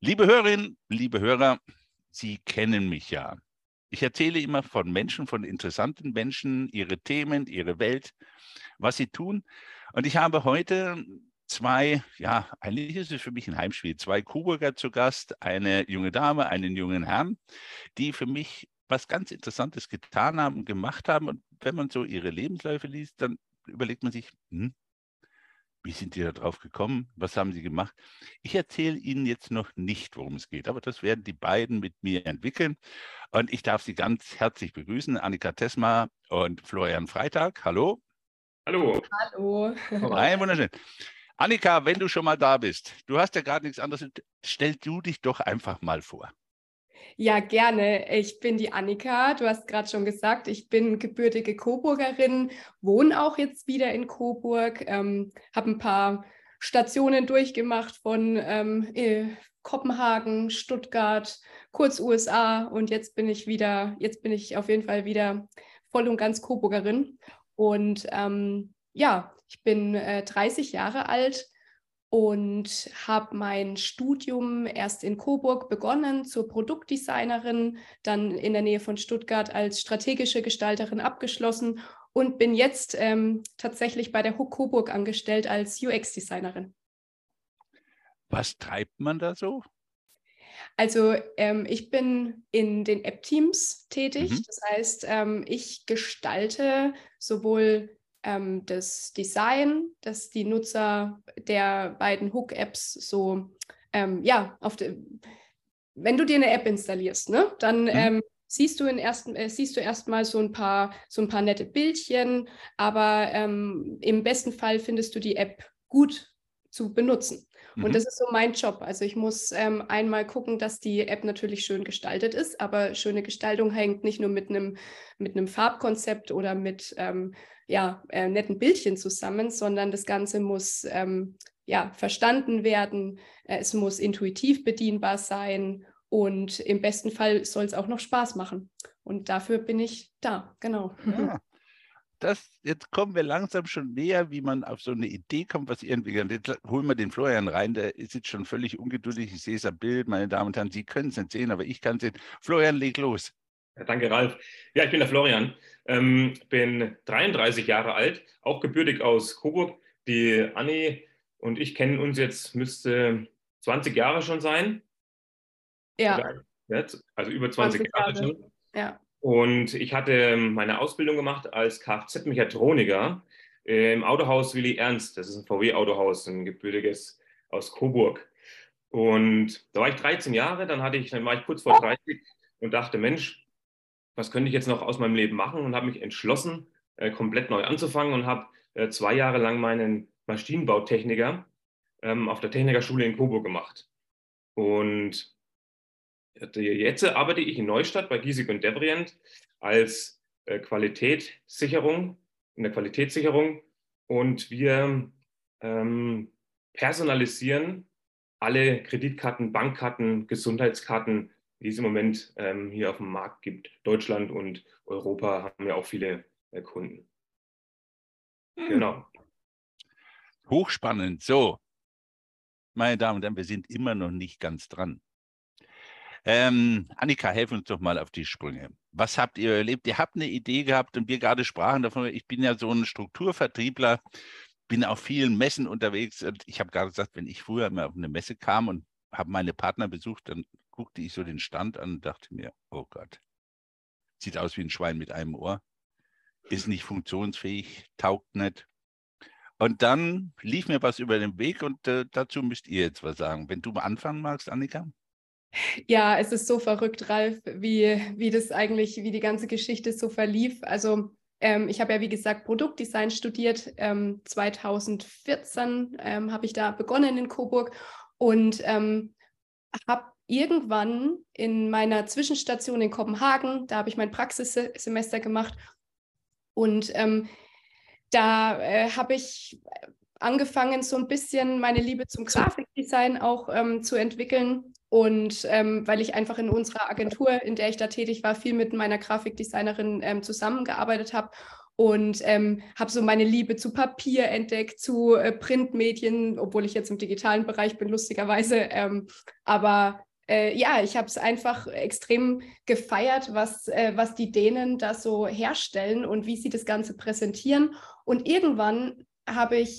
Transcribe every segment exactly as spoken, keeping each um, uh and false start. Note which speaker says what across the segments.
Speaker 1: Liebe Hörerinnen, liebe Hörer, Sie kennen mich ja. Ich erzähle immer von Menschen, von interessanten Menschen, ihre Themen, ihre Welt, was sie tun. Und ich habe heute zwei, ja, eigentlich ist es für mich ein Heimspiel, zwei Coburger zu Gast, eine junge Dame, einen jungen Herrn, die für mich was ganz Interessantes getan haben, gemacht haben. Und wenn man so ihre Lebensläufe liest, dann überlegt man sich, hm, wie sind die da drauf gekommen? Was haben sie gemacht? Ich erzähle Ihnen jetzt noch nicht, worum es geht, aber das werden die beiden mit mir entwickeln. Und ich darf Sie ganz herzlich begrüßen, Annika Tessmer und Florian Freitag. Hallo.
Speaker 2: Hallo.
Speaker 3: Hallo.
Speaker 1: Ein wunderschön. Annika, wenn du schon mal da bist, du hast ja gerade nichts anderes, stell du dich doch einfach mal vor.
Speaker 3: Ja, gerne. Ich bin die Annika. Du hast gerade schon gesagt, ich bin gebürtige Coburgerin, wohne auch jetzt wieder in Coburg, ähm, habe ein paar Stationen durchgemacht von ähm, äh, Kopenhagen, Stuttgart, kurz U S A und jetzt bin ich wieder, jetzt bin ich auf jeden Fall wieder voll und ganz Coburgerin. Und ähm, ja, ich bin äh, dreißig Jahre alt und habe mein Studium erst in Coburg begonnen zur Produktdesignerin, dann in der Nähe von Stuttgart als strategische Gestalterin abgeschlossen und bin jetzt ähm, tatsächlich bei der H U K Coburg angestellt als U X-Designerin.
Speaker 1: Was treibt man da so?
Speaker 3: Also ähm, ich bin in den App-Teams tätig,
Speaker 1: Mhm.
Speaker 3: das heißt, ähm, ich gestalte sowohl ähm, das Design, dass die Nutzer der beiden H U K-Apps so, ähm, ja, auf de, wenn du dir eine App installierst, ne, dann
Speaker 1: Mhm.
Speaker 3: ähm, siehst du in ersten, äh, siehst du erstmal so ein paar, so ein paar nette Bildchen, aber ähm, im besten Fall findest du die App gut zu benutzen. Und
Speaker 1: Mhm.
Speaker 3: das ist so mein Job. Also ich muss ähm, einmal gucken, dass die App natürlich schön gestaltet ist, aber schöne Gestaltung hängt nicht nur mit einem mit einem Farbkonzept oder mit ähm, ja, äh, netten Bildchen zusammen, sondern das Ganze muss ähm, ja, verstanden werden, äh, es muss intuitiv bedienbar sein und im besten Fall soll es auch noch Spaß machen. Und dafür bin ich da, genau.
Speaker 1: Ja. Das, jetzt kommen wir langsam schon näher, wie man auf so eine Idee kommt, was ihr entwickelt. Jetzt holen wir den Florian rein, der ist jetzt schon völlig ungeduldig. Ich sehe es am Bild, meine Damen und Herren, Sie können es nicht sehen, aber ich kann es sehen. Florian, leg los.
Speaker 2: Ja, danke, Ralf. Ja, ich bin der Florian, ähm, bin dreiunddreißig Jahre alt, auch gebürtig aus Coburg. Die Anni und ich kennen uns jetzt, müsste zwanzig Jahre schon sein.
Speaker 3: Ja,
Speaker 2: Oder, jetzt, also über zwanzig
Speaker 3: zwanzig
Speaker 2: Jahre
Speaker 3: Jahre.
Speaker 2: schon.
Speaker 3: Ja.
Speaker 2: Und ich hatte meine Ausbildung gemacht als Kfz-Mechatroniker im Autohaus Willy Ernst. Das ist ein V W-Autohaus, ein gebürtiges aus Coburg. Und da war ich dreizehn Jahre, dann hatte ich, dann war ich kurz vor dreißig und dachte, Mensch, was könnte ich jetzt noch aus meinem Leben machen? Und habe mich entschlossen, äh, komplett neu anzufangen und habe äh, zwei Jahre lang meinen Maschinenbautechniker ähm, auf der Technikerschule in Coburg gemacht. Und jetzt arbeite ich in Neustadt bei Giesig und Devrient als äh, Qualitätssicherung, in der Qualitätssicherung und wir ähm, personalisieren alle Kreditkarten, Bankkarten, Gesundheitskarten, die es im Moment ähm, hier auf dem Markt gibt. Deutschland und Europa haben ja auch viele äh, Kunden.
Speaker 1: Hm.
Speaker 2: Genau.
Speaker 1: Hochspannend. So, meine Damen und Herren, wir sind immer noch nicht ganz dran. Ähm, Annika, helf uns doch mal auf die Sprünge. Was habt ihr erlebt? Ihr habt eine Idee gehabt und wir gerade sprachen davon, ich bin ja so ein Strukturvertriebler, bin auf vielen Messen unterwegs und ich habe gerade gesagt, wenn ich früher mal auf eine Messe kam und habe meine Partner besucht, dann guckte ich so den Stand an und dachte mir, oh Gott, sieht aus wie ein Schwein mit einem Ohr, ist nicht funktionsfähig, taugt nicht. Und dann lief mir was über den Weg und äh, dazu müsst ihr jetzt was sagen. Wenn du mal anfangen magst, Annika?
Speaker 3: Ja, es ist so verrückt, Ralf, wie, wie das eigentlich, wie die ganze Geschichte so verlief. Also ähm, ich habe ja, wie gesagt, Produktdesign studiert. Ähm, zweitausendvierzehn ähm, habe ich da begonnen in Coburg und ähm, habe irgendwann in meiner Zwischenstation in Kopenhagen, da habe ich mein Praxissemester gemacht und ähm, da äh, habe ich angefangen, so ein bisschen meine Liebe zum Grafikdesign auch ähm, zu entwickeln. Und ähm, weil ich einfach in unserer Agentur, in der ich da tätig war, viel mit meiner Grafikdesignerin ähm, zusammengearbeitet habe. und ähm, habe so meine Liebe zu Papier entdeckt, zu äh, Printmedien, obwohl ich jetzt im digitalen Bereich bin, lustigerweise. Ähm, aber äh, ja, ich habe es einfach extrem gefeiert, was, äh, was die Dänen da so herstellen und wie sie das Ganze präsentieren. Und irgendwann habe ich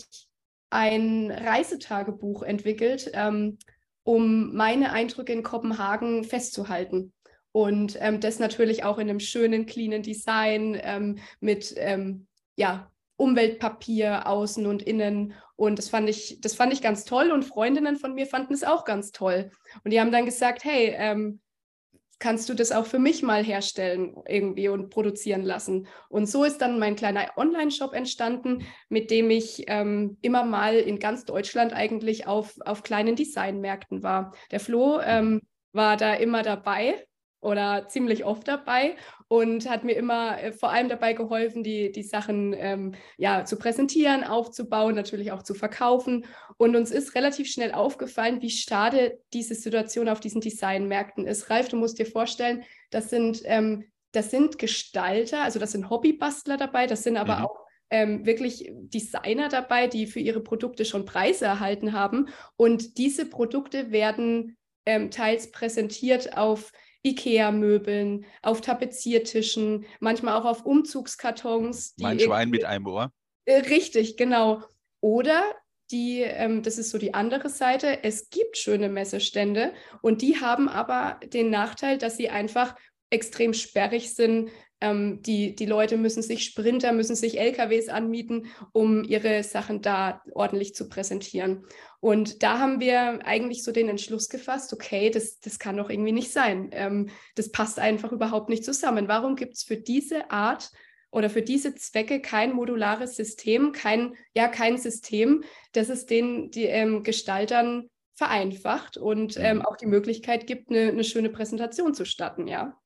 Speaker 3: ein Reisetagebuch entwickelt, ähm, um meine Eindrücke in Kopenhagen festzuhalten. Und ähm, das natürlich auch in einem schönen, cleanen Design ähm, mit ähm, ja, Umweltpapier außen und innen. Und das fand ich, das fand ich ganz toll. Und Freundinnen von mir fanden es auch ganz toll. Und die haben dann gesagt, hey, ähm, kannst du das auch für mich mal herstellen irgendwie und produzieren lassen? Und so ist dann mein kleiner Online-Shop entstanden, mit dem ich ähm, immer mal in ganz Deutschland eigentlich auf, auf kleinen Designmärkten war. Der Flo ähm, war da immer dabei oder ziemlich oft dabei und hat mir immer äh, vor allem dabei geholfen, die, die Sachen ähm, ja, zu präsentieren, aufzubauen, natürlich auch zu verkaufen. Und uns ist relativ schnell aufgefallen, wie schade diese Situation auf diesen Designmärkten ist. Ralf, du musst dir vorstellen, das sind, ähm, das sind Gestalter, also das sind Hobbybastler dabei, das sind aber mhm. auch ähm, wirklich Designer dabei, die für ihre Produkte schon Preise erhalten haben. Und diese Produkte werden ähm, teils präsentiert auf IKEA-Möbeln, auf Tapeziertischen, manchmal auch auf Umzugskartons. Die
Speaker 1: mein Schwein mit einem Ohr.
Speaker 3: Äh, richtig, genau. Oder die, ähm, das ist so die andere Seite, es gibt schöne Messestände und die haben aber den Nachteil, dass sie einfach extrem sperrig sind. Ähm, die, die Leute müssen sich Sprinter, müssen sich L K Ws anmieten, um ihre Sachen da ordentlich zu präsentieren. Und da haben wir eigentlich so den Entschluss gefasst, okay, das, das kann doch irgendwie nicht sein. Ähm, das passt einfach überhaupt nicht zusammen. Warum gibt es für diese Art oder für diese Zwecke kein modulares System, kein, ja, kein System, das es den die, ähm, Gestaltern vereinfacht und ähm, auch die Möglichkeit gibt, eine, eine schöne Präsentation zu starten, ja.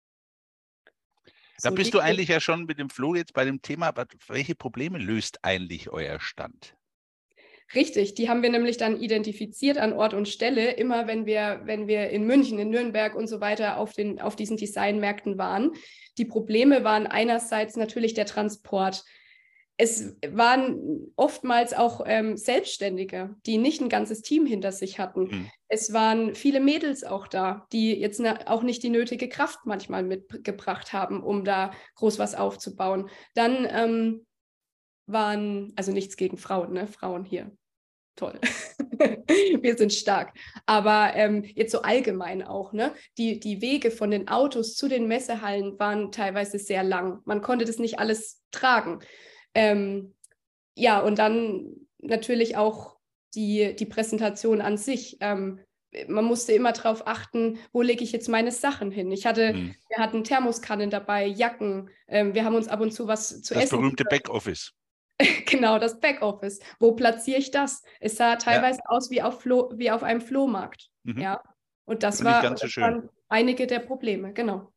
Speaker 1: Da so bist du eigentlich ja schon mit dem Flo jetzt bei dem Thema, aber welche Probleme löst eigentlich euer Stand?
Speaker 3: Richtig, die haben wir nämlich dann identifiziert an Ort und Stelle, immer wenn wir, wenn wir in München, in Nürnberg und so weiter auf, den, auf diesen Designmärkten waren. Die Probleme waren einerseits natürlich der Transport. Es waren oftmals auch ähm, Selbstständige, die nicht ein ganzes Team hinter sich hatten. Mhm. Es waren viele Mädels auch da, die jetzt ne, auch nicht die nötige Kraft manchmal mitgebracht haben, um da groß was aufzubauen. Dann ähm, waren, also nichts gegen Frauen, ne? Frauen hier. Toll. Wir sind stark. Aber ähm, jetzt so allgemein auch, ne? Die, die Wege von den Autos zu den Messehallen waren teilweise sehr lang. Man konnte das nicht alles tragen. Ähm, ja, und dann natürlich auch die, die Präsentation an sich. Ähm, man musste immer darauf achten, wo lege ich jetzt meine Sachen hin. Ich hatte, hm. wir hatten Thermoskannen dabei, Jacken. Ähm, wir haben uns ab und zu was zu
Speaker 1: das
Speaker 3: essen.
Speaker 1: Das berühmte Backoffice.
Speaker 3: Genau, das Backoffice. Wo platziere ich das? Es sah teilweise ja. aus wie auf, Flo, wie auf einem Flohmarkt. Mhm. Ja. Und das, war,
Speaker 1: ganz so
Speaker 3: das
Speaker 1: schön.
Speaker 3: waren einige der Probleme, genau.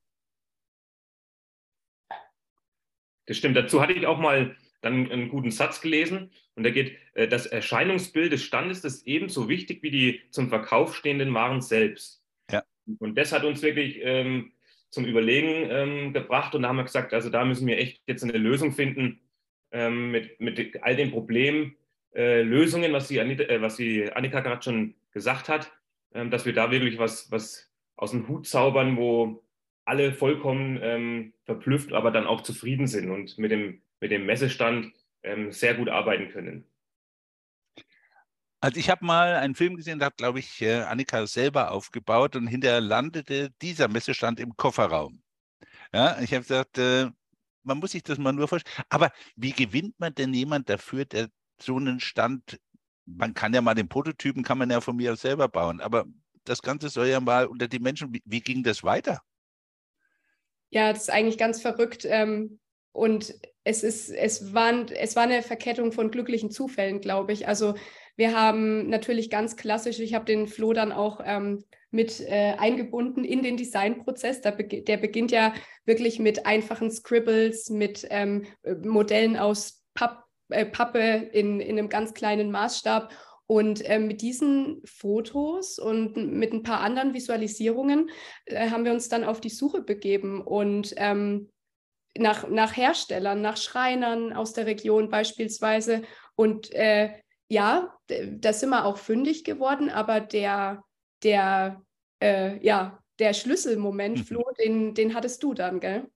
Speaker 2: Das stimmt. Dazu hatte ich auch mal dann einen guten Satz gelesen. Und der geht, das Erscheinungsbild des Standes ist ebenso wichtig wie die zum Verkauf stehenden Waren selbst.
Speaker 1: Ja.
Speaker 2: Und das hat uns wirklich ähm, zum Überlegen ähm, gebracht. Und da haben wir gesagt, also da müssen wir echt jetzt eine Lösung finden, ähm, mit, mit all den Problemen, äh, Lösungen, was die, Anita, äh, was die Annika gerade schon gesagt hat, ähm, dass wir da wirklich was, was aus dem Hut zaubern, wo alle vollkommen ähm, verblüfft, aber dann auch zufrieden sind und mit dem, mit dem Messestand ähm, sehr gut arbeiten können.
Speaker 1: Also ich habe mal einen Film gesehen, da hat, glaube ich, äh, Annika selber aufgebaut und hinterher landete dieser Messestand im Kofferraum. Ja, ich habe gesagt, äh, man muss sich das mal nur vorstellen. Aber wie gewinnt man denn jemand dafür, der so einen Stand, man kann ja mal den Prototypen, kann man ja von mir aus selber bauen, aber das Ganze soll ja mal unter die Menschen, wie, wie ging das weiter?
Speaker 3: Ja, das ist eigentlich ganz verrückt. Ähm, und es ist, es waren, es war eine Verkettung von glücklichen Zufällen, glaube ich. Also wir haben natürlich ganz klassisch, ich habe den Flo dann auch ähm, mit äh, eingebunden in den Designprozess. Der, be- der beginnt ja wirklich mit einfachen Scribbles, mit ähm, Modellen aus Papp, äh, Pappe in, in einem ganz kleinen Maßstab. Und ähm, mit diesen Fotos und mit ein paar anderen Visualisierungen äh, haben wir uns dann auf die Suche begeben. Und ähm, nach, nach Herstellern, nach Schreinern aus der Region beispielsweise. Und äh, ja, da sind wir auch fündig geworden, aber der, der, äh, ja, der Schlüsselmoment,
Speaker 1: Mhm.
Speaker 3: Flo, den, den hattest du dann, gell?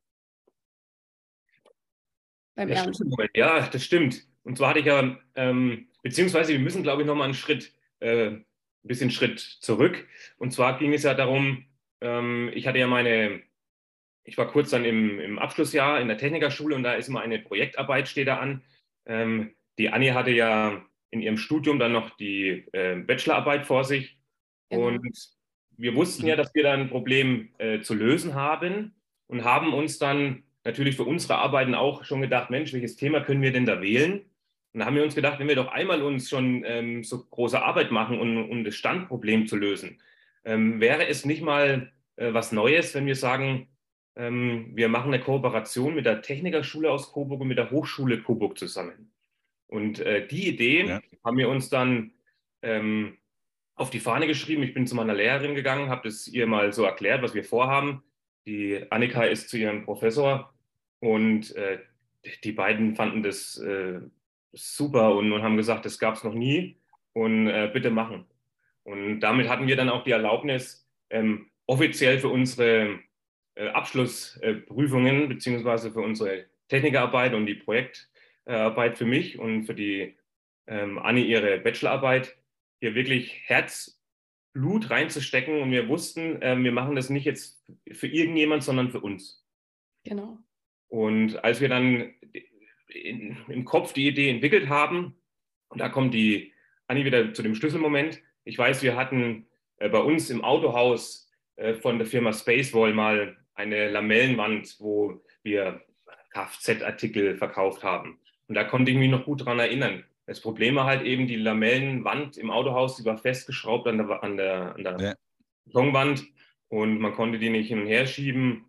Speaker 3: Beim
Speaker 2: Der
Speaker 3: Ernten.
Speaker 2: Schlüsselmoment, ja, das stimmt. Und zwar hatte ich ja, ähm, beziehungsweise wir müssen, glaube ich, nochmal einen Schritt, äh, ein bisschen Schritt zurück. Und zwar ging es ja darum, ähm, ich hatte ja meine, ich war kurz dann im, im Abschlussjahr in der Technikerschule und da ist immer eine Projektarbeit, steht da an. Ähm, die Anni hatte ja in ihrem Studium dann noch die äh, Bachelorarbeit vor sich.
Speaker 3: Genau.
Speaker 2: Und wir wussten ja,
Speaker 1: Mhm.
Speaker 2: dass wir da ein Problem äh, zu lösen haben und haben uns dann natürlich für unsere Arbeiten auch schon gedacht, Mensch, welches Thema können wir denn da wählen? Und da haben wir uns gedacht, wenn wir doch einmal uns schon ähm, so große Arbeit machen, um, um das Standproblem zu lösen, ähm, wäre es nicht mal äh, was Neues, wenn wir sagen, ähm, wir machen eine Kooperation mit der Technikerschule aus Coburg und mit der Hochschule Coburg zusammen. Und äh, die Idee
Speaker 1: Ja.
Speaker 2: haben wir uns dann ähm, auf die Fahne geschrieben. Ich bin zu meiner Lehrerin gegangen, habe das ihr mal so erklärt, was wir vorhaben. Die Annika ist zu ihrem Professor und äh, die beiden fanden das äh, super und, und haben gesagt, das gab es noch nie und äh, bitte machen. Und damit hatten wir dann auch die Erlaubnis, ähm, offiziell für unsere äh, Abschlussprüfungen beziehungsweise für unsere Technikerarbeit und die Projektarbeit für mich und für die ähm, Anni ihre Bachelorarbeit hier wirklich Herzblut reinzustecken. Und wir wussten, äh, wir machen das nicht jetzt für irgendjemand, sondern für uns.
Speaker 3: Genau.
Speaker 2: Und als wir dann in, im Kopf die Idee entwickelt haben, und da kommt die Anni wieder zu dem Schlüsselmoment. Ich weiß, wir hatten äh, bei uns im Autohaus äh, von der Firma Spacewall mal eine Lamellenwand, wo wir Kfz-Artikel verkauft haben. Und da konnte ich mich noch gut dran erinnern. Das Problem war halt eben die Lamellenwand im Autohaus, die war festgeschraubt an der, an der, an der
Speaker 1: Ja.
Speaker 2: Betonwand und man konnte die nicht hin und her schieben.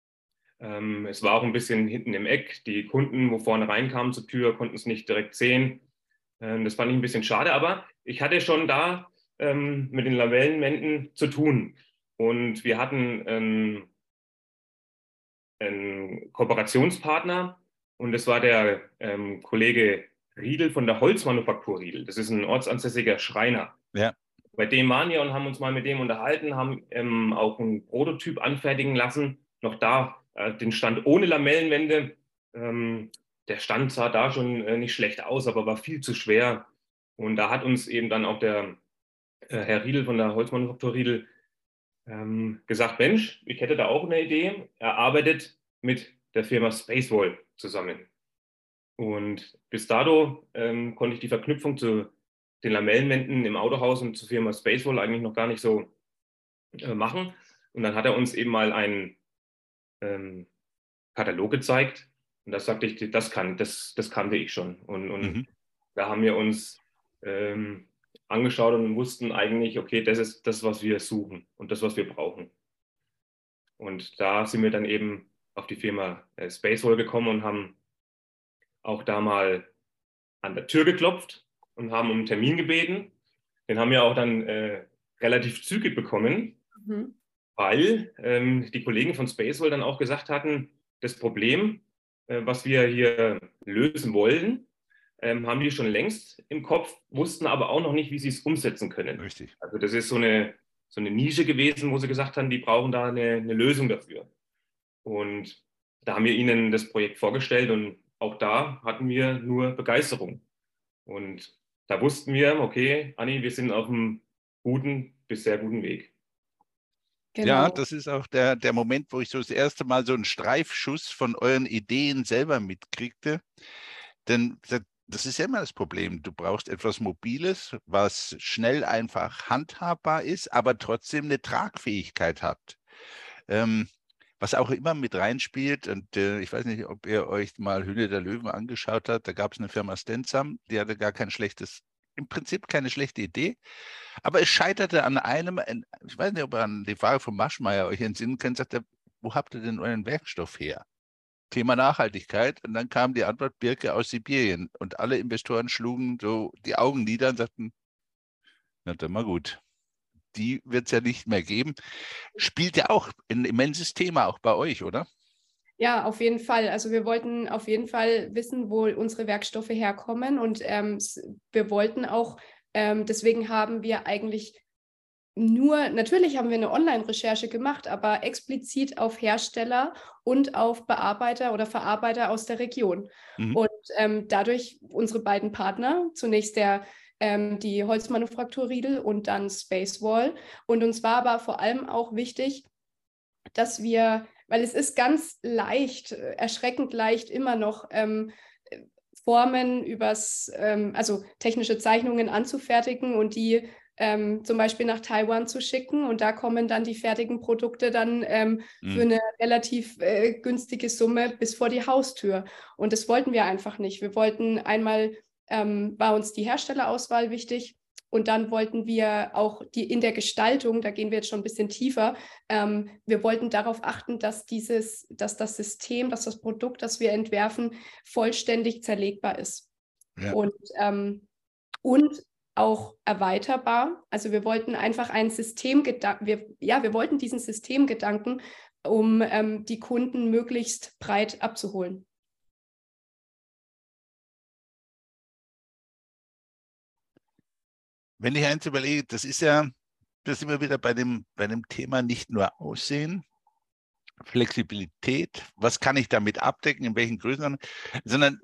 Speaker 2: Ähm, es war auch ein bisschen hinten im Eck. Die Kunden, wo vorne reinkamen zur Tür, konnten es nicht direkt sehen. Ähm, das fand ich ein bisschen schade, aber ich hatte schon da ähm, mit den Lamellenwänden zu tun. Und wir hatten ähm, einen Kooperationspartner und das war der ähm, Kollege Riedel von der Holzmanufaktur Riedel. Das ist ein ortsansässiger Schreiner.
Speaker 1: Ja.
Speaker 2: Bei dem waren wir und haben uns mal mit dem unterhalten, haben ähm, auch einen Prototyp anfertigen lassen. Noch da äh, den Stand ohne Lamellenwände. Ähm, der Stand sah da schon äh, nicht schlecht aus, aber war viel zu schwer. Und da hat uns eben dann auch der äh, Herr Riedel von der Holzmanufaktur Riedel ähm, gesagt, Mensch, ich hätte da auch eine Idee. Er arbeitet mit der Firma Spacewall zusammen. Und bis dato ähm, konnte ich die Verknüpfung zu den Lamellenwänden im Autohaus und zur Firma Spacewall eigentlich noch gar nicht so äh, machen. Und dann hat er uns eben mal einen ähm, Katalog gezeigt. Und da sagte ich, das kann, das, das kannte ich schon. Und, und
Speaker 1: Mhm.
Speaker 2: da haben wir uns ähm, angeschaut und wussten eigentlich, okay, das ist das, was wir suchen und das, was wir brauchen. Und da sind wir dann eben auf die Firma äh, Spacewall gekommen und haben auch da mal an der Tür geklopft und haben um einen Termin gebeten. Den haben wir auch dann äh, relativ zügig bekommen,
Speaker 3: Mhm.
Speaker 2: weil ähm, die Kollegen von Spacewall dann auch gesagt hatten, das Problem, äh, was wir hier lösen wollen, ähm, haben die schon längst im Kopf, wussten aber auch noch nicht, wie sie es umsetzen können.
Speaker 1: Richtig.
Speaker 2: Also das ist so eine, so eine Nische gewesen, wo sie gesagt haben, die brauchen da eine, eine Lösung dafür. Und da haben wir ihnen das Projekt vorgestellt und auch da hatten wir nur Begeisterung. Und da wussten wir, okay, Anni, wir sind auf einem guten bis sehr guten Weg.
Speaker 1: Ja,
Speaker 3: Genau.
Speaker 1: das ist auch der, der Moment, wo ich so das erste Mal so einen Streifschuss von euren Ideen selber mitkriegte. Denn das ist ja immer das Problem. Du brauchst etwas Mobiles, was schnell einfach handhabbar ist, aber trotzdem eine Tragfähigkeit hat. Ähm, was auch immer mit reinspielt, und äh, ich weiß nicht, ob ihr euch mal Höhle der Löwen angeschaut habt, da gab es eine Firma Stenzam, die hatte gar kein schlechtes, im Prinzip keine schlechte Idee, aber es scheiterte an einem, ich weiß nicht, ob ihr an die Frage von Maschmeyer euch entsinnen könnt, sagt er, wo habt ihr denn euren Werkstoff her? Thema Nachhaltigkeit. Und dann kam die Antwort Birke aus Sibirien. Und alle Investoren schlugen so die Augen nieder und sagten, na dann mal gut. Die wird es ja nicht mehr geben. Spielt ja auch ein immenses Thema, auch bei euch, oder?
Speaker 3: Ja, auf jeden Fall. Also wir wollten auf jeden Fall wissen, wo unsere Werkstoffe herkommen und ähm, wir wollten auch, ähm, deswegen haben wir eigentlich nur, natürlich haben wir eine Online-Recherche gemacht, aber explizit auf Hersteller und auf Bearbeiter oder Verarbeiter aus der Region.
Speaker 1: Mhm.
Speaker 3: Und ähm, dadurch unsere beiden Partner, zunächst der, ähm, die Holzmanufaktur Riedel und dann Spacewall. Und uns war aber vor allem auch wichtig, dass wir, weil es ist ganz leicht, erschreckend leicht immer noch, ähm, Formen übers, ähm, also technische Zeichnungen anzufertigen und die ähm, zum Beispiel nach Taiwan zu schicken. Und da kommen dann die fertigen Produkte dann ähm,
Speaker 1: Mhm.
Speaker 3: für eine relativ äh, günstige Summe bis vor die Haustür. Und das wollten wir einfach nicht. Wir wollten einmal, ähm, war uns die Herstellerauswahl wichtig. Und dann wollten wir auch die in der Gestaltung, da gehen wir jetzt schon ein bisschen tiefer, ähm, wir wollten darauf achten, dass dieses, dass das System, dass das Produkt, das wir entwerfen, vollständig zerlegbar ist.
Speaker 1: Ja.
Speaker 3: Und, ähm, und auch erweiterbar. Also wir wollten einfach ein Systemgedanken, wir, ja, wir wollten diesen Systemgedanken, um ähm, die Kunden möglichst breit abzuholen.
Speaker 1: Wenn ich eins überlege, das ist ja, das sind wir wieder bei dem, bei dem Thema nicht nur Aussehen, Flexibilität, was kann ich damit abdecken, in welchen Größen, sondern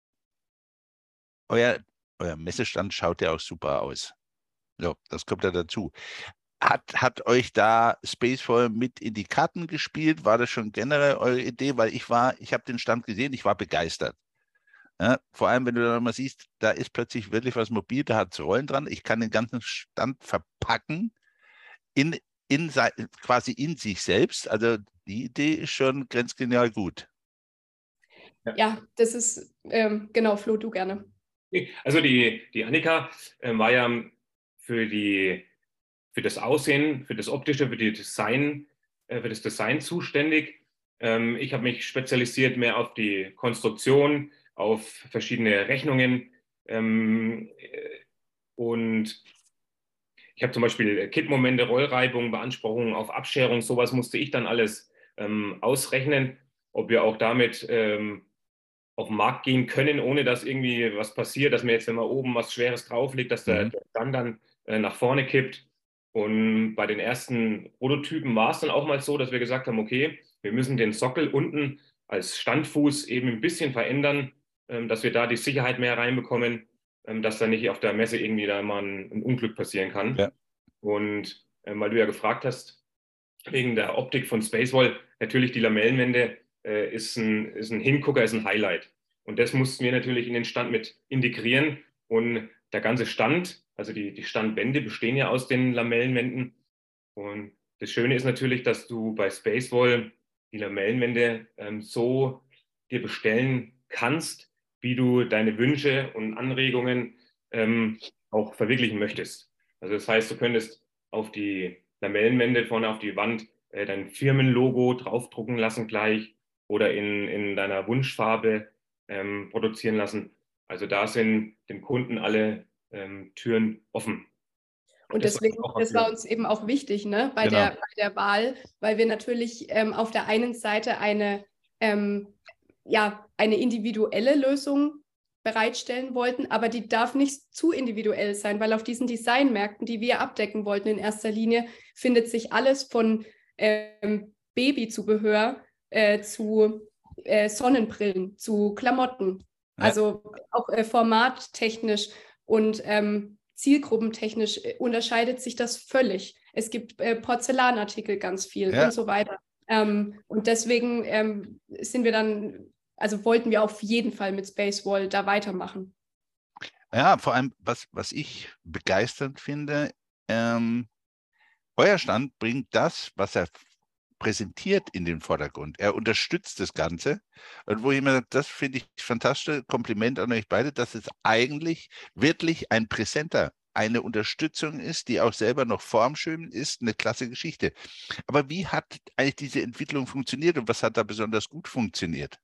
Speaker 1: euer, euer Messestand schaut ja auch super aus. So, das kommt ja dazu. Hat, hat euch da Spacewall mit in die Karten gespielt? War das schon generell eure Idee? Weil ich war, ich habe den Stand gesehen, ich war begeistert. Ja, vor allem, wenn du da mal siehst, da ist plötzlich wirklich was mobil, da hat es Rollen dran. Ich kann den ganzen Stand verpacken in, in quasi in sich selbst. Also die Idee ist schon grenzgenial gut.
Speaker 3: Ja, ja, das ist, ähm, genau, Flo, du gerne.
Speaker 2: Also die, die Annika äh, war ja für, die, für das Aussehen, für das Optische, für, die Design, äh, für das Design zuständig. Ähm, ich habe mich spezialisiert mehr auf die Konstruktion, auf verschiedene Rechnungen. Ähm, und ich habe zum Beispiel Kippmomente, Rollreibung, Beanspruchung auf Abscherung, sowas musste ich dann alles ähm, ausrechnen, ob wir auch damit ähm, auf den Markt gehen können, ohne dass irgendwie was passiert, dass mir jetzt, wenn man oben was Schweres drauflegt, dass der,
Speaker 1: Mhm.
Speaker 2: der Stand dann äh, nach vorne kippt. Und bei den ersten Prototypen war es dann auch mal so, dass wir gesagt haben, okay, wir müssen den Sockel unten als Standfuß eben ein bisschen verändern, ähm, dass wir da die Sicherheit mehr reinbekommen, ähm, dass da nicht auf der Messe irgendwie da mal ein, ein Unglück passieren kann.
Speaker 1: Ja.
Speaker 2: Und ähm, weil du ja gefragt hast, wegen der Optik von Spacewall, natürlich die Lamellenwände äh, ist, ein, ist ein Hingucker, ist ein Highlight. Und das mussten wir natürlich in den Stand mit integrieren. Und der ganze Stand, also die, die Standwände bestehen ja aus den Lamellenwänden. Und das Schöne ist natürlich, dass du bei Spacewall die Lamellenwände ähm, so dir bestellen kannst, wie du deine Wünsche und Anregungen ähm, auch verwirklichen möchtest. Also das heißt, du könntest auf die Lamellenwände vorne auf die Wand äh, dein Firmenlogo draufdrucken lassen gleich oder in, in deiner Wunschfarbe ähm, produzieren lassen. Also da sind dem Kunden alle ähm, Türen offen.
Speaker 3: Und
Speaker 2: Das
Speaker 3: deswegen,
Speaker 2: war
Speaker 3: das war uns eben auch wichtig, ne, bei,
Speaker 1: Genau.
Speaker 3: der, bei der Wahl, weil wir natürlich ähm, auf der einen Seite eine, ähm, ja, eine individuelle Lösung bereitstellen wollten, aber die darf nicht zu individuell sein, weil auf diesen Designmärkten, die wir abdecken wollten in erster Linie, findet sich alles von ähm, Babyzubehör äh, zu äh, Sonnenbrillen, zu Klamotten,
Speaker 1: Ja.
Speaker 3: also auch äh, formattechnisch und ähm, zielgruppentechnisch unterscheidet sich das völlig. Es gibt äh, Porzellanartikel ganz viel
Speaker 1: Ja.
Speaker 3: und so weiter. Ähm, und deswegen ähm, sind wir dann, also wollten wir auf jeden Fall mit Spacewall da weitermachen.
Speaker 1: Ja, vor allem, was, was ich begeisternd finde, ähm, euer Stand bringt das, was er präsentiert, in den Vordergrund. Er unterstützt das Ganze. Und wo ich mir sage, das finde ich fantastisch, Kompliment an euch beide, dass es eigentlich wirklich ein Präsenter, eine Unterstützung ist, die auch selber noch formschön ist, eine klasse Geschichte. Aber wie hat eigentlich diese Entwicklung funktioniert und was hat da besonders gut funktioniert?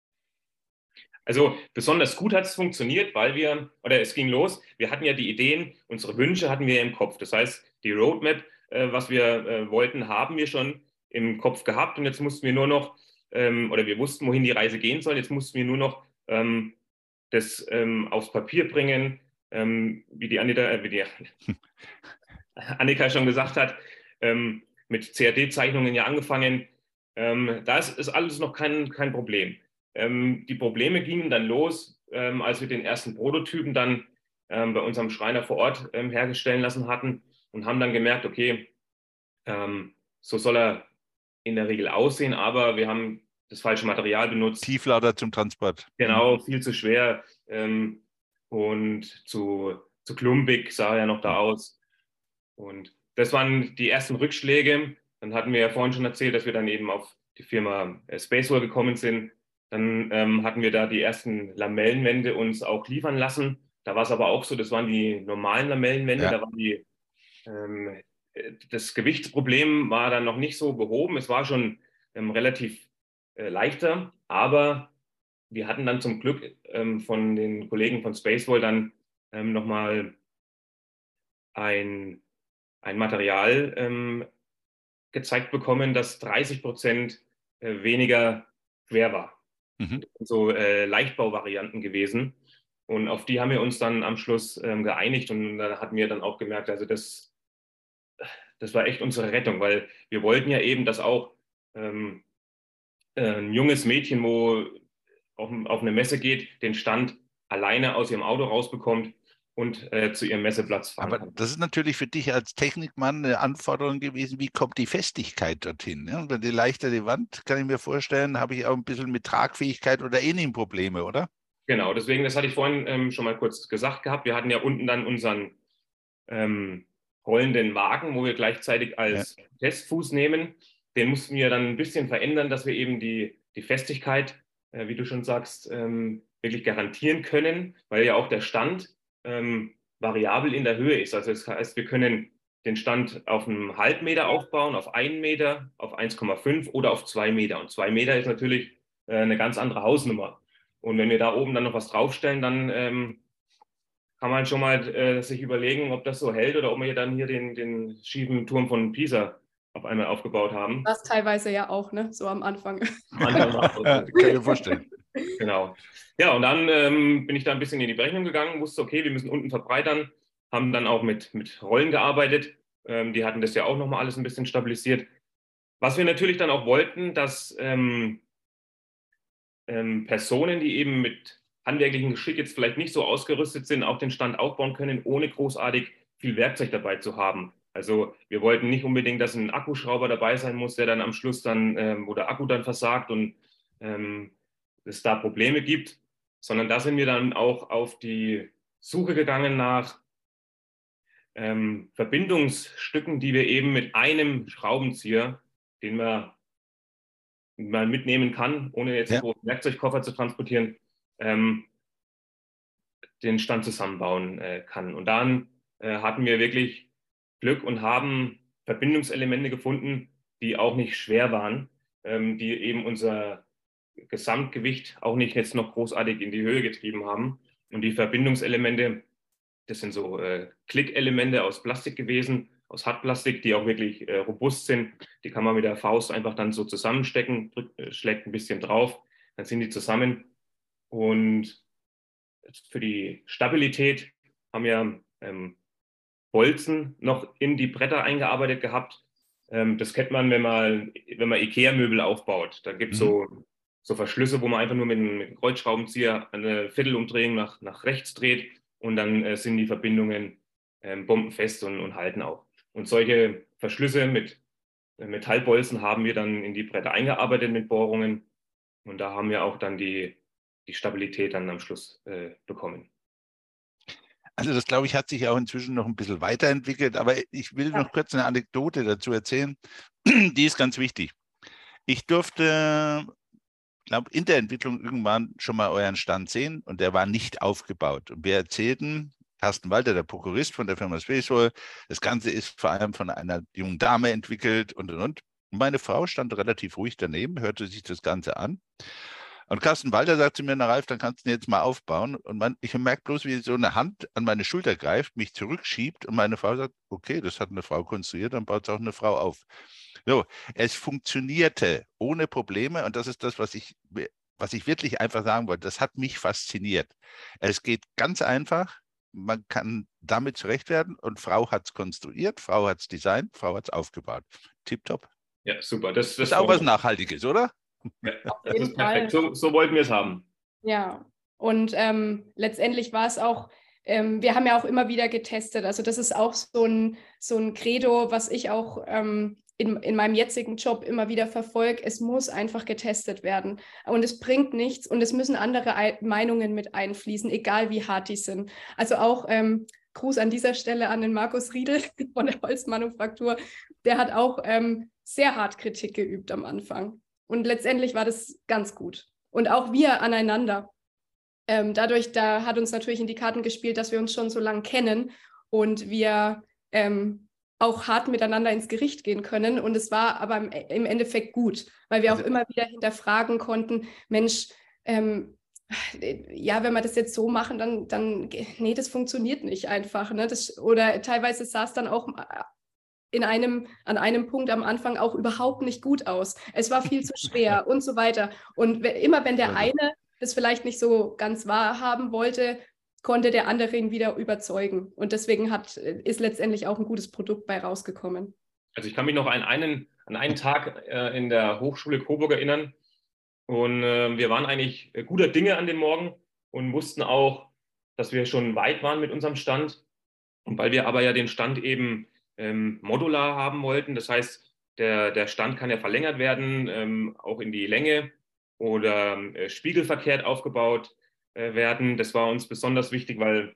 Speaker 2: Also besonders gut hat es funktioniert, weil wir, oder es ging los, wir hatten ja die Ideen, unsere Wünsche hatten wir im Kopf. Das heißt, die Roadmap, äh, was wir äh, wollten, haben wir schon im Kopf gehabt und jetzt mussten wir nur noch ähm, oder wir wussten, wohin die Reise gehen soll. Jetzt mussten wir nur noch ähm, das ähm, aufs Papier bringen, ähm, wie die Anita, äh, wie die Annika schon gesagt hat, ähm, mit C A D-Zeichnungen ja angefangen. Ähm, da ist, ist alles noch kein, kein Problem. Ähm, die Probleme gingen dann los, ähm, als wir den ersten Prototypen dann ähm, bei unserem Schreiner vor Ort ähm, herstellen lassen hatten und haben dann gemerkt, okay, ähm, so soll er in der Regel aussehen, aber wir haben das falsche Material benutzt.
Speaker 1: Tieflader zum Transport.
Speaker 2: Genau, viel zu schwer ähm, und zu, zu klumpig sah er noch da aus. Und das waren die ersten Rückschläge. Dann hatten wir ja vorhin schon erzählt, dass wir dann eben auf die Firma Spacewell gekommen sind. Dann ähm, hatten wir da die ersten Lamellenwände uns auch liefern lassen. Da war es aber auch so, das waren die normalen Lamellenwände. Ja. Da waren die, ähm, das Gewichtsproblem war dann noch nicht so behoben. Es war schon ähm, relativ äh, leichter, aber wir hatten dann zum Glück ähm, von den Kollegen von Spacewell dann ähm, nochmal ein ein Material ähm, gezeigt bekommen, das dreißig Prozent äh, weniger schwer war. Mhm. So äh, Leichtbauvarianten gewesen. Und auf die haben wir uns dann am Schluss ähm, geeinigt. Und da hatten wir dann auch gemerkt, also das, das war echt unsere Rettung, weil wir wollten ja eben, dass auch ähm, ein junges Mädchen, wo auf, auf eine Messe geht, den Stand alleine aus ihrem Auto rausbekommt und äh, zu ihrem Messeplatz fahren
Speaker 1: Aber
Speaker 2: kann.
Speaker 1: Das ist natürlich für dich als Technikmann eine Anforderung gewesen, wie kommt die Festigkeit dorthin? Ja? Wenn die leichter die Wand, kann ich mir vorstellen, habe ich auch ein bisschen mit Tragfähigkeit oder Innenprobleme, oder?
Speaker 2: Genau, deswegen, das hatte ich vorhin ähm, schon mal kurz gesagt gehabt. Wir hatten ja unten dann unseren ähm, rollenden Wagen, wo wir gleichzeitig als ja. Testfuß nehmen. Den mussten wir dann ein bisschen verändern, dass wir eben die, die Festigkeit, äh, wie du schon sagst, ähm, wirklich garantieren können, weil ja auch der Stand ähm, variabel in der Höhe ist. Also das heißt, wir können den Stand auf einem Halbmeter aufbauen, auf einen Meter, auf eins Komma fünf oder auf zwei Meter. Und zwei Meter ist natürlich äh, eine ganz andere Hausnummer. Und wenn wir da oben dann noch was draufstellen, dann ähm, kann man schon mal äh, sich überlegen, ob das so hält oder ob wir dann hier den, den schiefen Turm von Pisa auf einmal aufgebaut haben.
Speaker 3: Das teilweise ja auch, ne? So am Anfang.
Speaker 2: Am Anfang war es.
Speaker 1: Kann ich mir vorstellen.
Speaker 2: Genau. Ja, und dann ähm, bin ich da ein bisschen in die Berechnung gegangen, wusste, okay, wir müssen unten verbreitern, haben dann auch mit, mit Rollen gearbeitet. Ähm, die hatten das ja auch nochmal alles ein bisschen stabilisiert. Was wir natürlich dann auch wollten, dass ähm, ähm, Personen, die eben mit handwerklichem Geschick jetzt vielleicht nicht so ausgerüstet sind, auch den Stand aufbauen können, ohne großartig viel Werkzeug dabei zu haben. Also wir wollten nicht unbedingt, dass ein Akkuschrauber dabei sein muss, der dann am Schluss dann, ähm, wo der Akku dann versagt und ähm, es da Probleme gibt, sondern da sind wir dann auch auf die Suche gegangen nach ähm, Verbindungsstücken, die wir eben mit einem Schraubenzieher, den man mal mitnehmen kann, ohne jetzt ja. einen großen Werkzeugkoffer zu transportieren, ähm, den Stand zusammenbauen äh, kann. Und dann äh, hatten wir wirklich Glück und haben Verbindungselemente gefunden, die auch nicht schwer waren, ähm, die eben unser Gesamtgewicht auch nicht jetzt noch großartig in die Höhe getrieben haben. Und die Verbindungselemente, das sind so äh, Klickelemente aus Plastik gewesen, aus Hartplastik, die auch wirklich äh, robust sind. Die kann man mit der Faust einfach dann so zusammenstecken, drückt, äh, schlägt ein bisschen drauf, dann sind die zusammen. Und für die Stabilität haben wir ähm, Bolzen noch in die Bretter eingearbeitet gehabt. Ähm, das kennt man, wenn man, wenn man Ikea-Möbel aufbaut. Da gibt es mhm. so, so Verschlüsse, wo man einfach nur mit einem, mit einem Kreuzschraubenzieher eine Viertelumdrehung nach, nach rechts dreht und dann äh, sind die Verbindungen äh, bombenfest und, und halten auch. Und solche Verschlüsse mit äh, Metallbolzen haben wir dann in die Bretter eingearbeitet mit Bohrungen. Und da haben wir auch dann die, die Stabilität dann am Schluss äh, bekommen.
Speaker 1: Also das, glaube ich, hat sich auch inzwischen noch ein bisschen weiterentwickelt. Aber ich will noch kurz eine Anekdote dazu erzählen. Die ist ganz wichtig. Ich durfte, glaube in der Entwicklung irgendwann schon mal euren Stand sehen und der war nicht aufgebaut. Und wir erzählten, Carsten Walter, der Prokurist von der Firma Spacewell, das Ganze ist vor allem von einer jungen Dame entwickelt und, und, und. Und meine Frau stand relativ ruhig daneben, hörte sich das Ganze an. Und Carsten Walter sagt zu mir, na Ralf, dann kannst du ihn jetzt mal aufbauen. Und man, ich merke bloß, wie so eine Hand an meine Schulter greift, mich zurückschiebt und meine Frau sagt, okay, das hat eine Frau konstruiert, dann baut es auch eine Frau auf. So, es funktionierte ohne Probleme und das ist das, was ich, was ich wirklich einfach sagen wollte. Das hat mich fasziniert. Es geht ganz einfach, man kann damit zurecht werden und Frau hat es konstruiert, Frau hat es designt, Frau hat es aufgebaut. Tipptopp.
Speaker 2: Ja, super. Das, das,
Speaker 1: das ist auch was Nachhaltiges, oder?
Speaker 2: Ja, das ist perfekt. So, so wollten wir es haben.
Speaker 3: Ja, und ähm, letztendlich war es auch, ähm, wir haben ja auch immer wieder getestet. Also das ist auch so ein, so ein Credo, was ich auch ähm, in, in meinem jetzigen Job immer wieder verfolge. Es muss einfach getestet werden. Und es bringt nichts und es müssen andere Ei- Meinungen mit einfließen, egal wie hart die sind. Also auch ähm, Gruß an dieser Stelle an den Markus Riedel von der Holzmanufaktur. Der hat auch ähm, sehr hart Kritik geübt am Anfang. Und letztendlich war das ganz gut. Und auch wir aneinander. Ähm, dadurch, da hat uns natürlich in die Karten gespielt, dass wir uns schon so lange kennen und wir ähm, auch hart miteinander ins Gericht gehen können. Und es war aber im, im Endeffekt gut, weil wir also, auch immer wieder hinterfragen konnten, Mensch, ähm, ja, wenn wir das jetzt so machen, dann, dann nee, das funktioniert nicht einfach. Ne? Das, oder teilweise sah es dann auch in einem, an einem Punkt am Anfang auch überhaupt nicht gut aus. Es war viel zu schwer und so weiter. Und immer wenn der eine das vielleicht nicht so ganz wahrhaben wollte, konnte der andere ihn wieder überzeugen. Und deswegen hat, ist letztendlich auch ein gutes Produkt bei rausgekommen.
Speaker 2: Also ich kann mich noch an einen, an einen Tag äh, in der Hochschule Coburg erinnern. Und äh, wir waren eigentlich guter Dinge an dem Morgen und wussten auch, dass wir schon weit waren mit unserem Stand. Und weil wir aber ja den Stand eben ähm, modular haben wollten, das heißt, der, der Stand kann ja verlängert werden, ähm, auch in die Länge oder äh, spiegelverkehrt aufgebaut äh, werden. Das war uns besonders wichtig, weil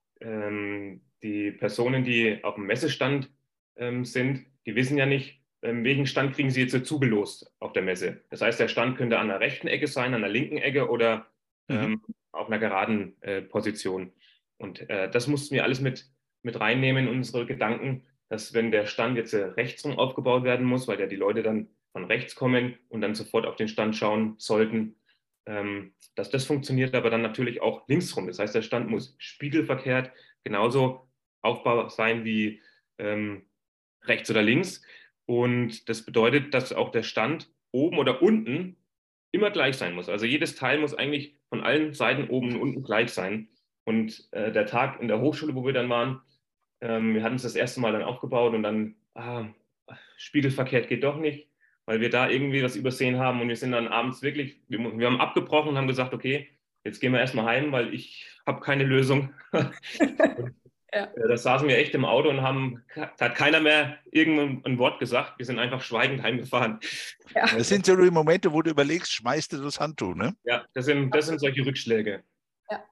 Speaker 2: ähm, die Personen, die auf dem Messestand ähm, sind, die wissen ja nicht, ähm, welchen Stand kriegen sie jetzt so zugelost auf der Messe. Das heißt, der Stand könnte an der rechten Ecke sein, an der linken Ecke oder ähm, mhm. auf einer geraden äh, Position. Und äh, das mussten wir alles mit, mit reinnehmen in unsere Gedanken, dass wenn der Stand jetzt äh, rechtsrum aufgebaut werden muss, weil ja die Leute dann von rechts kommen und dann sofort auf den Stand schauen sollten, ähm, dass das funktioniert, aber dann natürlich auch linksrum. Das heißt, der Stand muss spiegelverkehrt genauso aufbaubar sein wie ähm, rechts oder links. Und das bedeutet, dass auch der Stand oben oder unten immer gleich sein muss. Also jedes Teil muss eigentlich von allen Seiten oben und unten gleich sein. Und äh, der Tag in der Hochschule, wo wir dann waren, ähm, wir hatten es das erste Mal dann aufgebaut und dann, ah, spiegelverkehrt geht doch nicht, weil wir da irgendwie was übersehen haben und wir sind dann abends wirklich, wir, wir haben abgebrochen und haben gesagt, okay, jetzt gehen wir erstmal heim, weil ich habe keine Lösung. Und, ja. äh, da saßen wir echt im Auto und haben, hat keiner mehr irgendein Wort gesagt, wir sind einfach schweigend heimgefahren.
Speaker 1: Ja. Das sind so die Momente, wo du überlegst, schmeißt du das Handtuch, ne?
Speaker 2: Ja, das sind, das sind solche Rückschläge.
Speaker 3: Ja.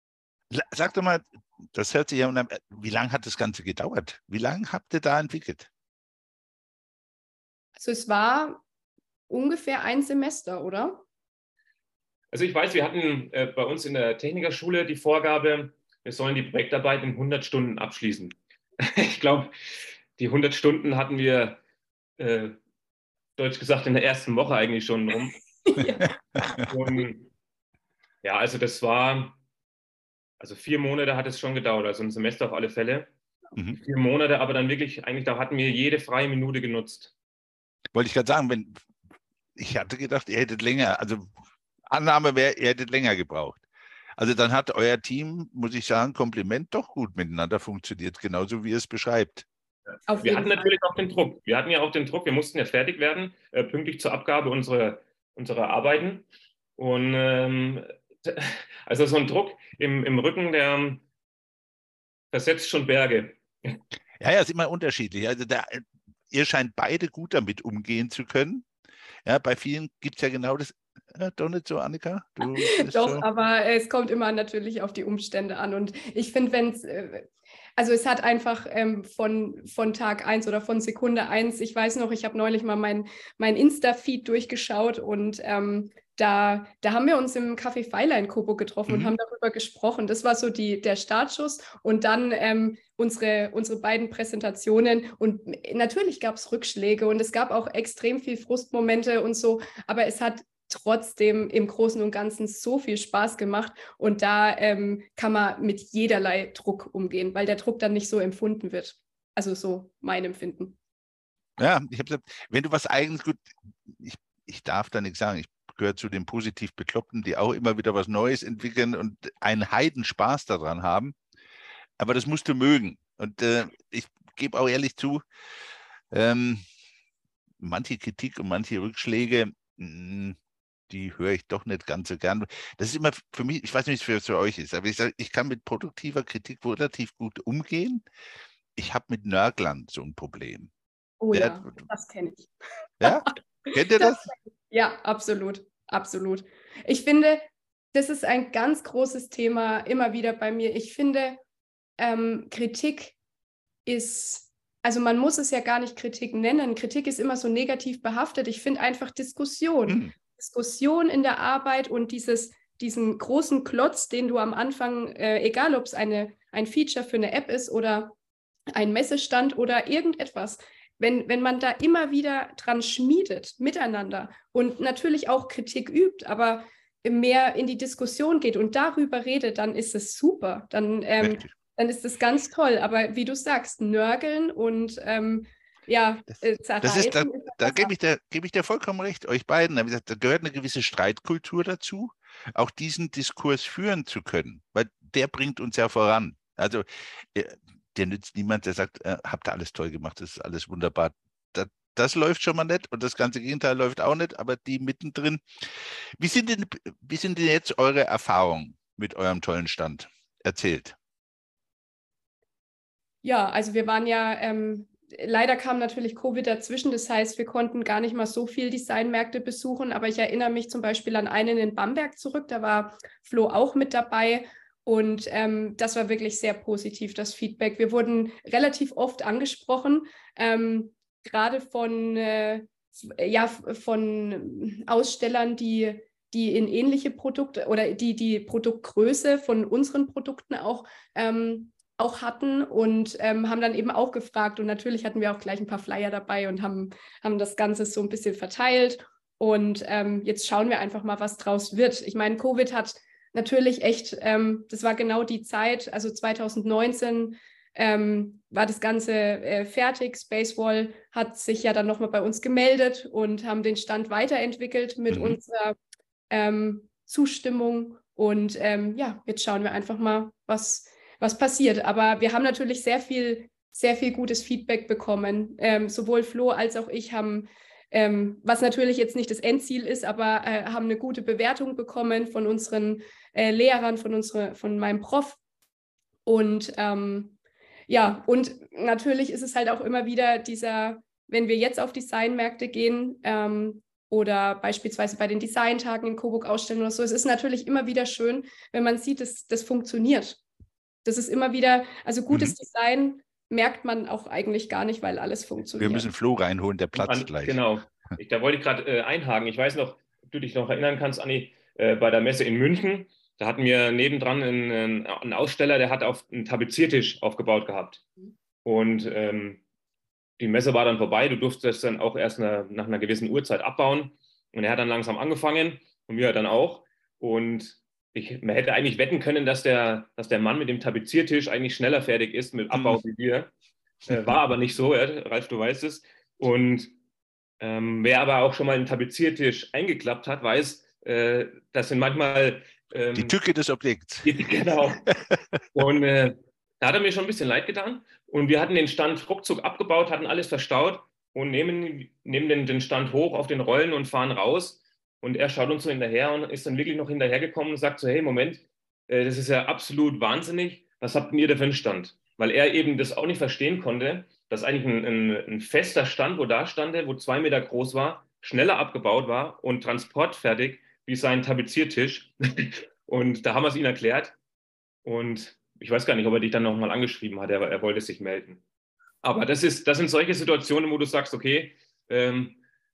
Speaker 1: Sag doch mal, das hört sich ja an, wie lange hat das Ganze gedauert? Wie lange habt ihr da entwickelt?
Speaker 3: Also es war ungefähr ein Semester, oder?
Speaker 2: Also ich weiß, wir hatten äh, bei uns in der Technikerschule die Vorgabe, wir sollen die Projektarbeit in hundert Stunden abschließen. Ich glaube, die hundert Stunden hatten wir, äh, deutsch gesagt, in der ersten Woche eigentlich schon rum. Ja. Und, ja, also das war, also vier Monate hat es schon gedauert, also ein Semester auf alle Fälle. Mhm. Vier Monate, aber dann wirklich, eigentlich, da hatten wir jede freie Minute genutzt.
Speaker 1: Wollte ich gerade sagen, wenn, ich hatte gedacht, ihr hättet länger, also Annahme wäre, ihr hättet länger gebraucht. Also dann hat euer Team, muss ich sagen, Kompliment, doch gut miteinander funktioniert, genauso wie ihr es beschreibt.
Speaker 2: Ja. Wir hatten Fall. natürlich auch den Druck. Wir hatten ja auch den Druck, wir mussten ja fertig werden, äh, pünktlich zur Abgabe unserer, unserer Arbeiten. Und ähm, also so ein Druck im, im Rücken, der versetzt schon Berge.
Speaker 1: Ja, ja, ist immer unterschiedlich. Also da, ihr scheint beide gut damit umgehen zu können. Ja, bei vielen gibt es ja genau das. Ja, doch nicht so, Annika? Du
Speaker 3: doch,
Speaker 1: so.
Speaker 3: Aber es kommt immer natürlich auf die Umstände an. Und ich finde, wenn es, also es hat einfach ähm, von, von Tag eins oder von Sekunde eins, ich weiß noch, ich habe neulich mal mein, mein Insta-Feed durchgeschaut und ähm, da, da haben wir uns im Café Pfeiler in Coburg getroffen mhm. und haben darüber gesprochen. Das war so die, der Startschuss und dann ähm, unsere, unsere beiden Präsentationen. Und natürlich gab es Rückschläge und es gab auch extrem viel Frustmomente und so, aber es hat trotzdem im Großen und Ganzen so viel Spaß gemacht. Und da ähm, kann man mit jederlei Druck umgehen, weil der Druck dann nicht so empfunden wird. Also so mein Empfinden.
Speaker 1: Ja, ich habe gesagt, wenn du was eigenes, gut, ich, ich darf da nichts sagen, ich gehöre zu den positiv Bekloppten, die auch immer wieder was Neues entwickeln und einen Heidenspaß daran haben, aber das musst du mögen. Und äh, ich gebe auch ehrlich zu, ähm, manche Kritik und manche Rückschläge, mh, die höre ich doch nicht ganz so gern. Das ist immer für mich, ich weiß nicht, wie es für euch ist, aber ich sage, ich kann mit produktiver Kritik relativ gut umgehen. Ich habe mit Nörglern so ein Problem.
Speaker 3: Oh
Speaker 1: Der,
Speaker 3: ja, das kenne ich.
Speaker 1: Ja? Kennt ihr das?
Speaker 3: das? Ja, absolut, absolut. Ich finde, das ist ein ganz großes Thema immer wieder bei mir. Ich finde, ähm, Kritik ist, also man muss es ja gar nicht Kritik nennen. Kritik ist immer so negativ behaftet. Ich finde einfach Diskussion. Hm. Diskussion in der Arbeit und dieses, diesen großen Klotz, den du am Anfang, äh, egal ob es eine, ein Feature für eine App ist oder ein Messestand oder irgendetwas, wenn, wenn man da immer wieder dran schmiedet, miteinander und natürlich auch Kritik übt, aber mehr in die Diskussion geht und darüber redet, dann ist es super. Dann, ähm, dann ist es ganz toll. Aber wie du sagst, nörgeln und ähm, ja, äh, zerreißen.
Speaker 1: Das ist, da da gebe ich, geb ich dir vollkommen recht, euch beiden. Da gehört eine gewisse Streitkultur dazu, auch diesen Diskurs führen zu können, weil der bringt uns ja voran. Also der nützt niemand, der sagt, äh, habt ihr alles toll gemacht, das ist alles wunderbar. Das, das läuft schon mal nicht und das ganze Gegenteil läuft auch nicht, aber die mittendrin. Wie sind denn, wie sind denn jetzt eure Erfahrungen mit eurem tollen Stand? Erzählt.
Speaker 3: Ja, also wir waren ja, ähm, leider kam natürlich Covid dazwischen, das heißt, wir konnten gar nicht mal so viel Designmärkte besuchen, aber ich erinnere mich zum Beispiel an einen in Bamberg zurück, da war Flo auch mit dabei. Und ähm, das war wirklich sehr positiv, das Feedback. Wir wurden relativ oft angesprochen, ähm, gerade von, äh, ja, von Ausstellern, die, die in ähnliche Produkte oder die die Produktgröße von unseren Produkten auch, ähm, auch hatten und ähm, haben dann eben auch gefragt. Und natürlich hatten wir auch gleich ein paar Flyer dabei und haben, haben das Ganze so ein bisschen verteilt. Und ähm, jetzt schauen wir einfach mal, was draus wird. Ich meine, Covid hat natürlich echt, ähm, das war genau die Zeit, also zwanzig neunzehn ähm, war das Ganze äh, fertig. Spacewall hat sich ja dann nochmal bei uns gemeldet und haben den Stand weiterentwickelt mit mhm. unserer ähm, Zustimmung. Und ähm, ja, jetzt schauen wir einfach mal, was, was passiert. Aber wir haben natürlich sehr viel, sehr viel gutes Feedback bekommen. Ähm, sowohl Flo als auch ich haben Ähm, was natürlich jetzt nicht das Endziel ist, aber äh, haben eine gute Bewertung bekommen von unseren äh, Lehrern, von, unsere, von meinem Prof. Und ähm, ja, und natürlich ist es halt auch immer wieder dieser, wenn wir jetzt auf Designmärkte gehen ähm, oder beispielsweise bei den Designtagen in Coburg ausstellen oder so, es ist natürlich immer wieder schön, wenn man sieht, dass das funktioniert. Das ist immer wieder, also gutes mhm. Design merkt man auch eigentlich gar nicht, weil alles funktioniert.
Speaker 1: Wir müssen Flo reinholen, der Platz gleich.
Speaker 2: Genau, ich, da wollte ich gerade äh, einhaken. Ich weiß noch, ob du dich noch erinnern kannst, Anni, äh, bei der Messe in München, da hatten wir nebendran einen, einen Aussteller, der hat auf einen Tapeziertisch aufgebaut gehabt. Und ähm, die Messe war dann vorbei, du durftest dann auch erst eine, nach einer gewissen Uhrzeit abbauen. Und er hat dann langsam angefangen und wir dann auch. Und ich, man hätte eigentlich wetten können, dass der, dass der Mann mit dem Tapeziertisch eigentlich schneller fertig ist mit Abbau wie wir. Äh, war aber nicht so, ja, Ralf, du weißt es. Und ähm, wer aber auch schon mal einen Tapeziertisch eingeklappt hat, weiß, äh, das sind manchmal... Ähm,
Speaker 1: die Tücke des Objekts.
Speaker 2: Die, genau. Und äh, da hat er mir schon ein bisschen leid getan. Und wir hatten den Stand ruckzuck abgebaut, hatten alles verstaut und nehmen, nehmen den, den Stand hoch auf den Rollen und fahren raus. Und er schaut uns so hinterher und ist dann wirklich noch hinterhergekommen und sagt so, hey, Moment, äh, das ist ja absolut wahnsinnig. Was habt ihr da für einen Stand? Weil er eben das auch nicht verstehen konnte, dass eigentlich ein, ein, ein fester Stand, wo da stand, wo zwei Meter groß war, schneller abgebaut war und transportfertig wie sein Tapeziertisch. Und da haben wir es ihm erklärt. Und ich weiß gar nicht, ob er dich dann nochmal angeschrieben hat, aber er wollte sich melden. Aber das, ist, das sind solche Situationen, wo du sagst, okay, ähm,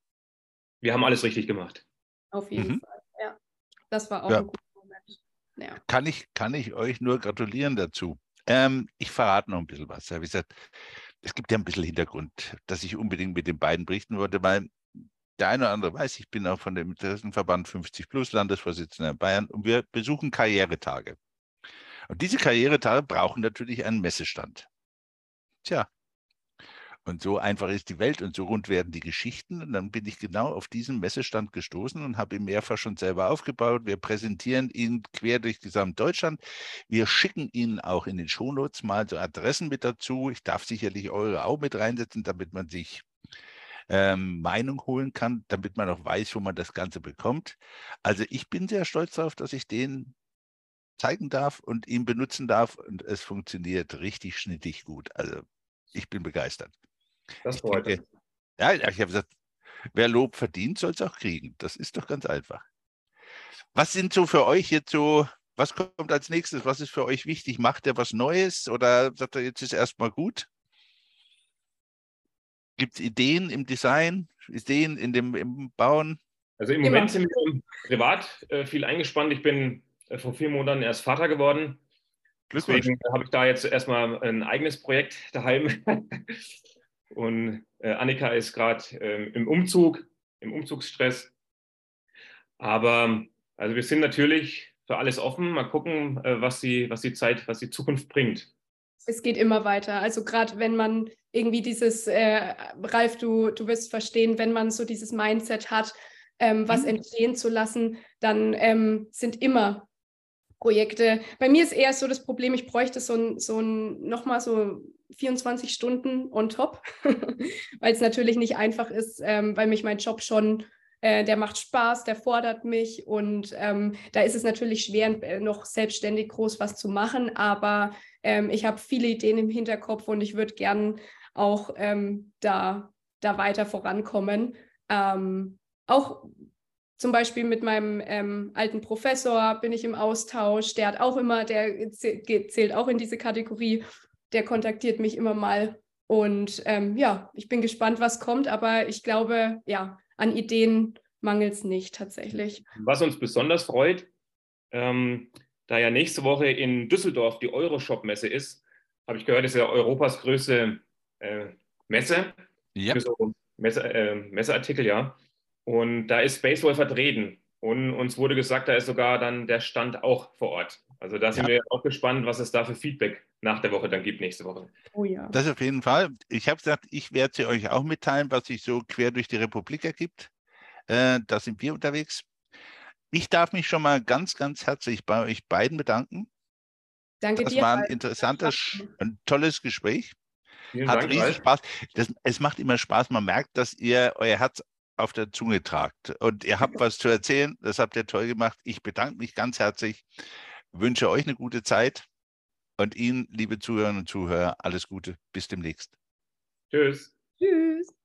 Speaker 2: wir haben alles richtig gemacht.
Speaker 3: Auf jeden mhm. Fall, ja. Das war auch
Speaker 1: ja.
Speaker 3: ein guter Moment. Ja.
Speaker 1: Kann ich, kann ich euch nur gratulieren dazu. Ähm, ich verrate noch ein bisschen was. Wie gesagt, es gibt ja ein bisschen Hintergrund, dass ich unbedingt mit den beiden berichten wollte, weil der eine oder andere weiß, ich bin auch von dem Interessenverband fünfzig plus Landesvorsitzender in Bayern und wir besuchen Karrieretage. Und diese Karrieretage brauchen natürlich einen Messestand. Tja, und so einfach ist die Welt und so rund werden die Geschichten. Und dann bin ich genau auf diesen Messestand gestoßen und habe ihn mehrfach schon selber aufgebaut. Wir präsentieren ihn quer durch Gesamtdeutschland. Wir schicken Ihnen auch in den Shownotes mal so Adressen mit dazu. Ich darf sicherlich eure auch mit reinsetzen, damit man sich ähm, Meinung holen kann, damit man auch weiß, wo man das Ganze bekommt. Also ich bin sehr stolz darauf, dass ich den zeigen darf und ihn benutzen darf. Und es funktioniert richtig schnittig gut. Also ich bin begeistert.
Speaker 2: Das
Speaker 1: Ich
Speaker 2: freut
Speaker 1: denke,
Speaker 2: uns.
Speaker 1: ja, ich habe gesagt, wer Lob verdient, soll es auch kriegen. Das ist doch ganz einfach. Was sind so für euch jetzt so, was kommt als nächstes? Was ist für euch wichtig? Macht ihr was Neues oder sagt ihr, jetzt ist erstmal gut? Gibt es Ideen im Design, Ideen in dem, im Bauen?
Speaker 2: Also im
Speaker 3: Immer.
Speaker 2: Moment sind wir privat äh, viel eingespannt. Ich bin äh, vor vier Monaten erst Vater geworden.
Speaker 1: Glückwunsch.
Speaker 2: Deswegen habe ich da jetzt erstmal ein eigenes Projekt daheim. Und äh, Annika ist gerade äh, im Umzug, im Umzugsstress. Aber also wir sind natürlich für alles offen. Mal gucken, äh, was die, was die Zeit, was die Zukunft bringt.
Speaker 3: Es geht immer weiter. Also gerade wenn man irgendwie dieses, äh, Ralf, du, du wirst verstehen, wenn man so dieses Mindset hat, ähm, was
Speaker 1: Mhm.
Speaker 3: entstehen zu lassen, dann ähm, sind immer Projekte. Bei mir ist eher so das Problem, ich bräuchte so ein, so ein nochmal so vierundzwanzig Stunden on top, weil es natürlich nicht einfach ist, ähm, weil mich mein Job schon, äh, der macht Spaß, der fordert mich und ähm, da ist es natürlich schwer, äh, noch selbstständig groß was zu machen, aber ähm, ich habe viele Ideen im Hinterkopf und ich würde gern auch ähm, da, da weiter vorankommen. Ähm, auch zum Beispiel mit meinem ähm, alten Professor bin ich im Austausch. Der hat auch immer, der zählt auch in diese Kategorie. Der kontaktiert mich immer mal. Und ähm, ja, ich bin gespannt, was kommt. Aber ich glaube, ja, an Ideen mangelt es nicht tatsächlich.
Speaker 2: Was uns besonders freut, ähm, da ja nächste Woche in Düsseldorf die Euroshop-Messe ist, habe ich gehört, ist ja Europas größte äh, Messe
Speaker 1: Ja,
Speaker 2: für so Messe, äh, Messeartikel, ja. Und da ist Spacewall vertreten. Und uns wurde gesagt, da ist sogar dann der Stand auch vor Ort. Also da sind
Speaker 1: ja,
Speaker 2: wir auch gespannt, was es da für Feedback nach der Woche dann gibt, nächste Woche.
Speaker 3: Oh ja.
Speaker 1: das auf jeden Fall. Ich habe gesagt, ich werde sie euch auch mitteilen, was sich so quer durch die Republik ergibt. Äh, da sind wir unterwegs. Ich darf mich schon mal ganz, ganz herzlich bei euch beiden bedanken.
Speaker 3: Danke
Speaker 1: Das
Speaker 3: dir,
Speaker 1: war ein
Speaker 3: Ralf.
Speaker 1: interessantes, ein tolles Gespräch.
Speaker 2: Vielen
Speaker 1: Hat
Speaker 2: Dank,
Speaker 1: riesig
Speaker 2: Ralf.
Speaker 1: Spaß. Das, es macht immer Spaß. Man merkt, dass ihr euer Herz auf der Zunge tragt. Und ihr habt was zu erzählen. Das habt ihr toll gemacht. Ich bedanke mich ganz herzlich. Wünsche euch eine gute Zeit. Und Ihnen, liebe Zuhörerinnen und Zuhörer, alles Gute. Bis demnächst.
Speaker 2: Tschüss.
Speaker 3: Tschüss.